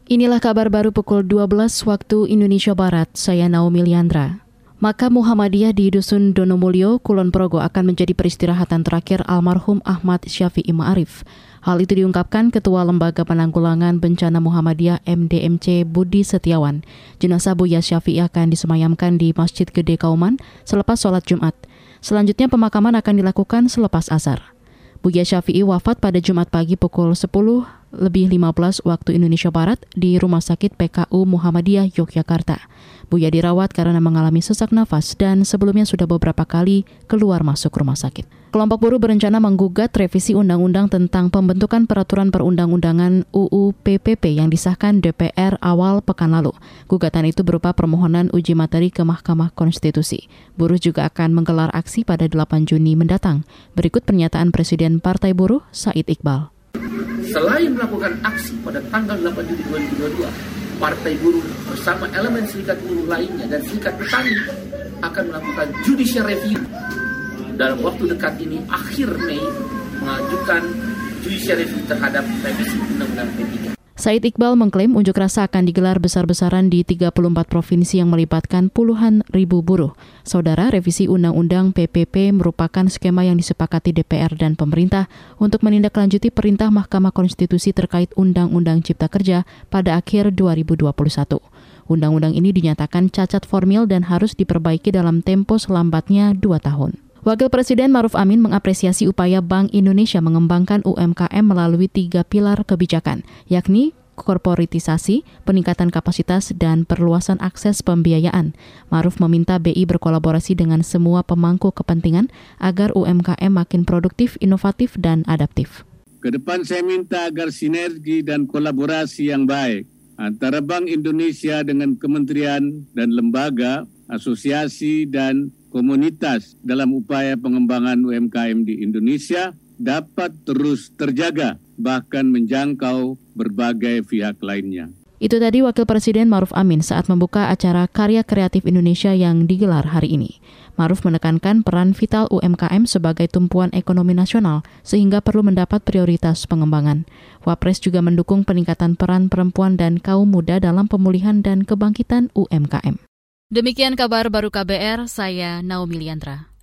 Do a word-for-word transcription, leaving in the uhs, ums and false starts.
Inilah kabar baru pukul dua belas waktu Indonesia Barat, saya Naomi Liandra. Makam Muhammadiyah di Dusun Donomulyo, Kulon Progo akan menjadi peristirahatan terakhir almarhum Ahmad Syafi'i Ma'arif. Hal itu diungkapkan Ketua Lembaga Penanggulangan Bencana Muhammadiyah M D M C Budi Setiawan. Jenazah Buya Syafi'i akan disemayamkan di Masjid Gede Kauman selepas sholat Jumat. Selanjutnya pemakaman akan dilakukan selepas asar. Buya Syafi'i wafat pada Jumat pagi pukul sepuluh lebih lima belas waktu Indonesia Barat di Rumah Sakit P K U Muhammadiyah Yogyakarta. Buya dirawat karena mengalami sesak nafas dan sebelumnya sudah beberapa kali keluar masuk rumah sakit. Kelompok buruh berencana menggugat revisi undang-undang tentang pembentukan peraturan perundang-undangan U U P P P yang disahkan D P R awal pekan lalu. Gugatan itu berupa permohonan uji materi ke Mahkamah Konstitusi. Buruh juga akan menggelar aksi pada delapan Juni mendatang. Berikut pernyataan Presiden Partai Buruh, Said Iqbal. Selain melakukan aksi pada tanggal delapan Juni dua ribu dua puluh dua, Partai Buruh bersama elemen serikat buruh lainnya dan serikat petani akan melakukan judicial review dalam waktu dekat ini, akhir Mei, mengajukan judicial review terhadap revisi Undang-Undang P tiga. Said Iqbal mengklaim unjuk rasa akan digelar besar-besaran di tiga puluh empat provinsi yang melibatkan puluhan ribu buruh. Saudara, revisi Undang-Undang P P P merupakan skema yang disepakati D P R dan pemerintah untuk menindaklanjuti perintah Mahkamah Konstitusi terkait Undang-Undang Cipta Kerja pada akhir dua ribu dua puluh satu. Undang-undang ini dinyatakan cacat formil dan harus diperbaiki dalam tempo selambatnya dua tahun. Wakil Presiden Ma'ruf Amin mengapresiasi upaya Bank Indonesia mengembangkan U M K M melalui tiga pilar kebijakan, yakni korporatisasi, peningkatan kapasitas, dan perluasan akses pembiayaan. Ma'ruf meminta B I berkolaborasi dengan semua pemangku kepentingan agar U M K M makin produktif, inovatif, dan adaptif. Kedepan saya minta agar sinergi dan kolaborasi yang baik antara Bank Indonesia dengan kementerian dan lembaga, asosiasi, dan komunitas dalam upaya pengembangan U M K M di Indonesia dapat terus terjaga, bahkan menjangkau berbagai pihak lainnya. Itu tadi Wakil Presiden Ma'ruf Amin saat membuka acara Karya Kreatif Indonesia yang digelar hari ini. Ma'ruf menekankan peran vital U M K M sebagai tumpuan ekonomi nasional sehingga perlu mendapat prioritas pengembangan. Wapres juga mendukung peningkatan peran perempuan dan kaum muda dalam pemulihan dan kebangkitan U M K M. Demikian kabar baru K B R, saya Naomi Liandra.